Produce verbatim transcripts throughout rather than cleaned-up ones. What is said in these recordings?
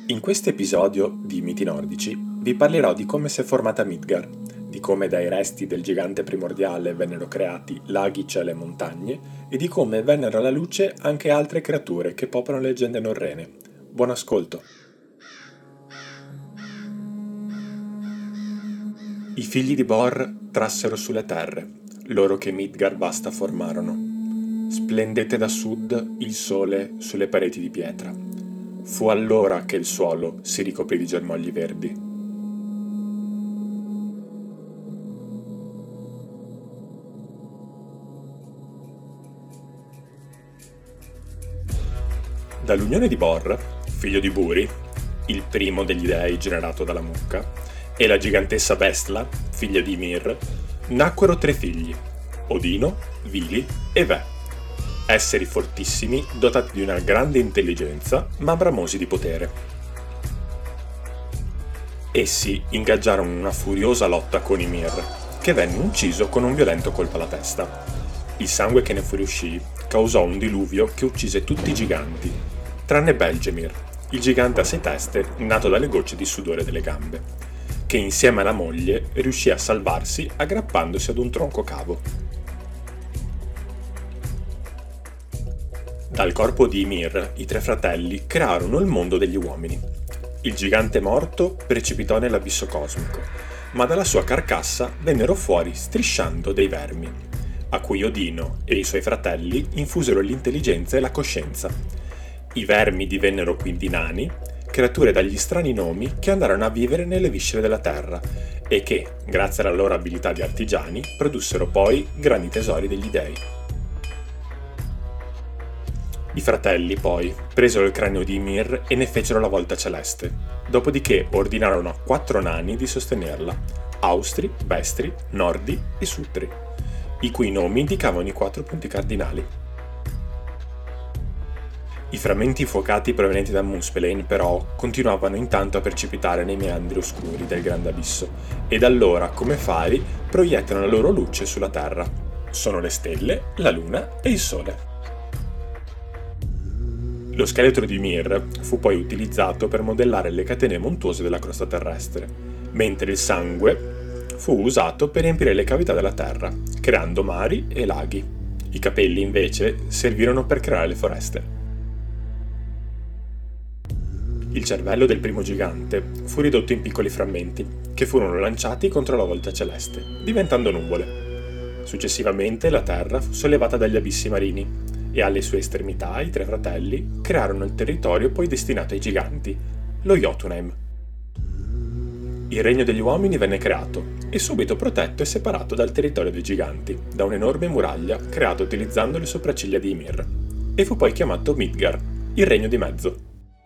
In questo episodio di Miti Nordici vi parlerò di come si è formata Midgard, di come dai resti del gigante primordiale vennero creati laghi, cieli e montagne e di come vennero alla luce anche altre creature che popolano le leggende norrene. Buon ascolto! I figli di Bor trassero sulle terre, loro che Midgard vasta formarono. Splendette da sud il sole sulle pareti di pietra. Fu allora che il suolo si ricoprì di germogli verdi. Dall'unione di Bor, figlio di Buri, il primo degli dei generato dalla mucca, e la gigantessa Bestla, figlia di Ymir, nacquero tre figli, Odino, Vili e Ve. Esseri fortissimi, dotati di una grande intelligenza, ma bramosi di potere. Essi ingaggiarono una furiosa lotta con Ymir, che venne ucciso con un violento colpo alla testa. Il sangue che ne fuoriuscì causò un diluvio che uccise tutti i giganti, tranne Belgemir, il gigante a sei teste nato dalle gocce di sudore delle gambe, che insieme alla moglie riuscì a salvarsi aggrappandosi ad un tronco cavo. Dal corpo di Ymir, i tre fratelli crearono il mondo degli uomini. Il gigante morto precipitò nell'abisso cosmico, ma dalla sua carcassa vennero fuori strisciando dei vermi, a cui Odino e i suoi fratelli infusero l'intelligenza e la coscienza. I vermi divennero quindi nani, creature dagli strani nomi che andarono a vivere nelle viscere della terra e che, grazie alla loro abilità di artigiani, produssero poi grandi tesori degli dei. I fratelli, poi, presero il cranio di Ymir e ne fecero la volta celeste, dopodiché ordinarono a quattro nani di sostenerla, Austri, Vestri, Nordi e Sutri, i cui nomi indicavano i quattro punti cardinali. I frammenti infuocati provenienti da Muspelheim, però, continuavano intanto a precipitare nei meandri oscuri del grande abisso, ed allora, come fari, proiettano la loro luce sulla terra. Sono le stelle, la luna e il sole. Lo scheletro di Ymir fu poi utilizzato per modellare le catene montuose della crosta terrestre, mentre il sangue fu usato per riempire le cavità della terra, creando mari e laghi. I capelli, invece, servirono per creare le foreste. Il cervello del primo gigante fu ridotto in piccoli frammenti, che furono lanciati contro la volta celeste, diventando nuvole. Successivamente la terra fu sollevata dagli abissi marini, e alle sue estremità i tre fratelli crearono il territorio poi destinato ai giganti, lo Jotunheim. Il regno degli uomini venne creato e subito protetto e separato dal territorio dei giganti da un'enorme muraglia creata utilizzando le sopracciglia di Ymir, e fu poi chiamato Midgard, il regno di mezzo.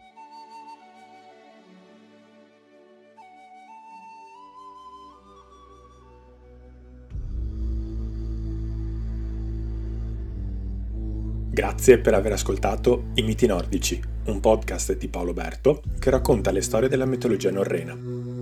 Grazie per aver ascoltato I Miti Nordici, un podcast di Paolo Berto che racconta le storie della mitologia norrena.